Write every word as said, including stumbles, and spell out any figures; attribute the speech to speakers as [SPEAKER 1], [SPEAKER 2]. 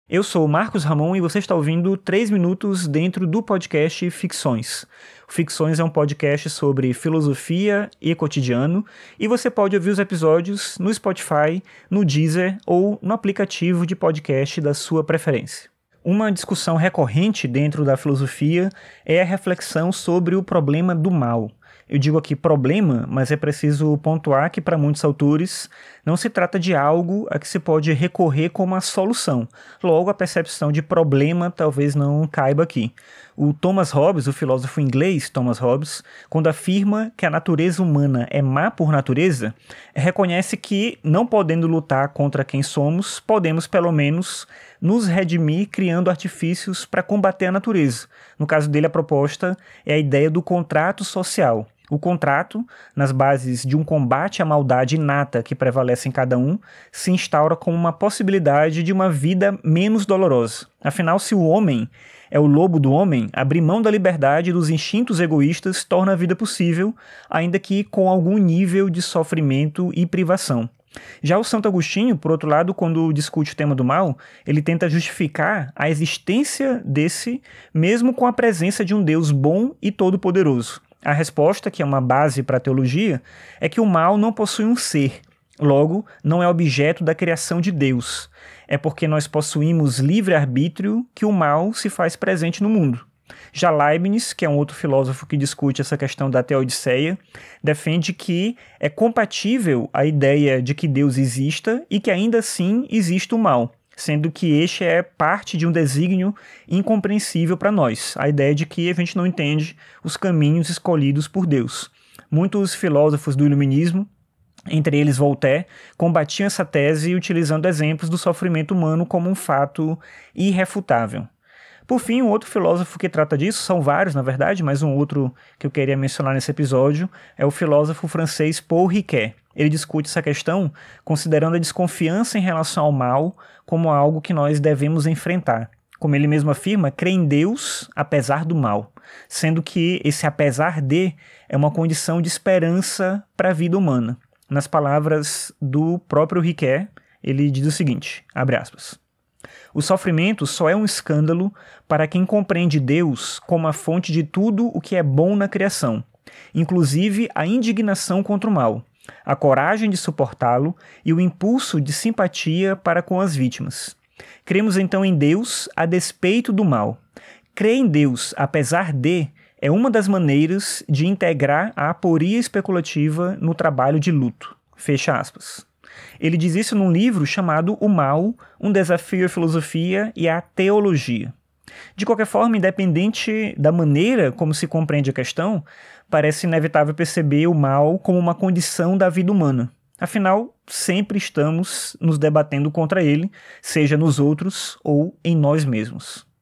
[SPEAKER 1] Eu sou o Marcos Ramon e você está ouvindo três minutos dentro do podcast Ficções. O Ficções é um podcast sobre filosofia e cotidiano e você pode ouvir os episódios no Spotify, no Deezer ou no aplicativo de podcast da sua preferência. Uma discussão recorrente dentro da filosofia é a reflexão sobre o problema do mal. Eu digo aqui problema, mas é preciso pontuar que para muitos autores não se trata de algo a que se pode recorrer como a solução. Logo, a percepção de problema talvez não caiba aqui. O Thomas Hobbes, o filósofo inglês Thomas Hobbes, quando afirma que a natureza humana é má por natureza, reconhece que, não podendo lutar contra quem somos, podemos pelo menos nos redimir criando artifícios para combater a natureza. No caso dele, a proposta é a ideia do contrato social. O contrato, nas bases de um combate à maldade inata que prevalece em cada um, se instaura como uma possibilidade de uma vida menos dolorosa. Afinal, se o homem é o lobo do homem, abrir mão da liberdade e dos instintos egoístas torna a vida possível, ainda que com algum nível de sofrimento e privação. Já o Santo Agostinho, por outro lado, quando discute o tema do mal, ele tenta justificar a existência desse, mesmo com a presença de um Deus bom e todo-poderoso. A resposta, que é uma base para a teologia, é que o mal não possui um ser, logo, não é objeto da criação de Deus. É porque nós possuímos livre-arbítrio que o mal se faz presente no mundo. Já Leibniz, que é um outro filósofo que discute essa questão da teodiceia, defende que é compatível a ideia de que Deus exista e que ainda assim existe o mal, sendo que este é parte de um desígnio incompreensível para nós, a ideia de que a gente não entende os caminhos escolhidos por Deus. Muitos filósofos do iluminismo, entre eles Voltaire, combatiam essa tese utilizando exemplos do sofrimento humano como um fato irrefutável. Por fim, um outro filósofo que trata disso, são vários na verdade, mas um outro que eu queria mencionar nesse episódio é o filósofo francês Paul Ricoeur. Ele discute essa questão considerando a desconfiança em relação ao mal como algo que nós devemos enfrentar. Como ele mesmo afirma, crê em Deus apesar do mal, sendo que esse apesar de é uma condição de esperança para a vida humana. Nas palavras do próprio Ricoeur, ele diz o seguinte, abre aspas, o sofrimento só é um escândalo para quem compreende Deus como a fonte de tudo o que é bom na criação, inclusive a indignação contra o mal, a coragem de suportá-lo e o impulso de simpatia para com as vítimas. Cremos então em Deus a despeito do mal. Crer em Deus apesar de é uma das maneiras de integrar a aporia especulativa no trabalho de luto. Fecha aspas. Ele diz isso num livro chamado O Mal, um desafio à filosofia e à teologia. De qualquer forma, independente da maneira como se compreende a questão, parece inevitável perceber o mal como uma condição da vida humana. Afinal, sempre estamos nos debatendo contra ele, seja nos outros ou em nós mesmos.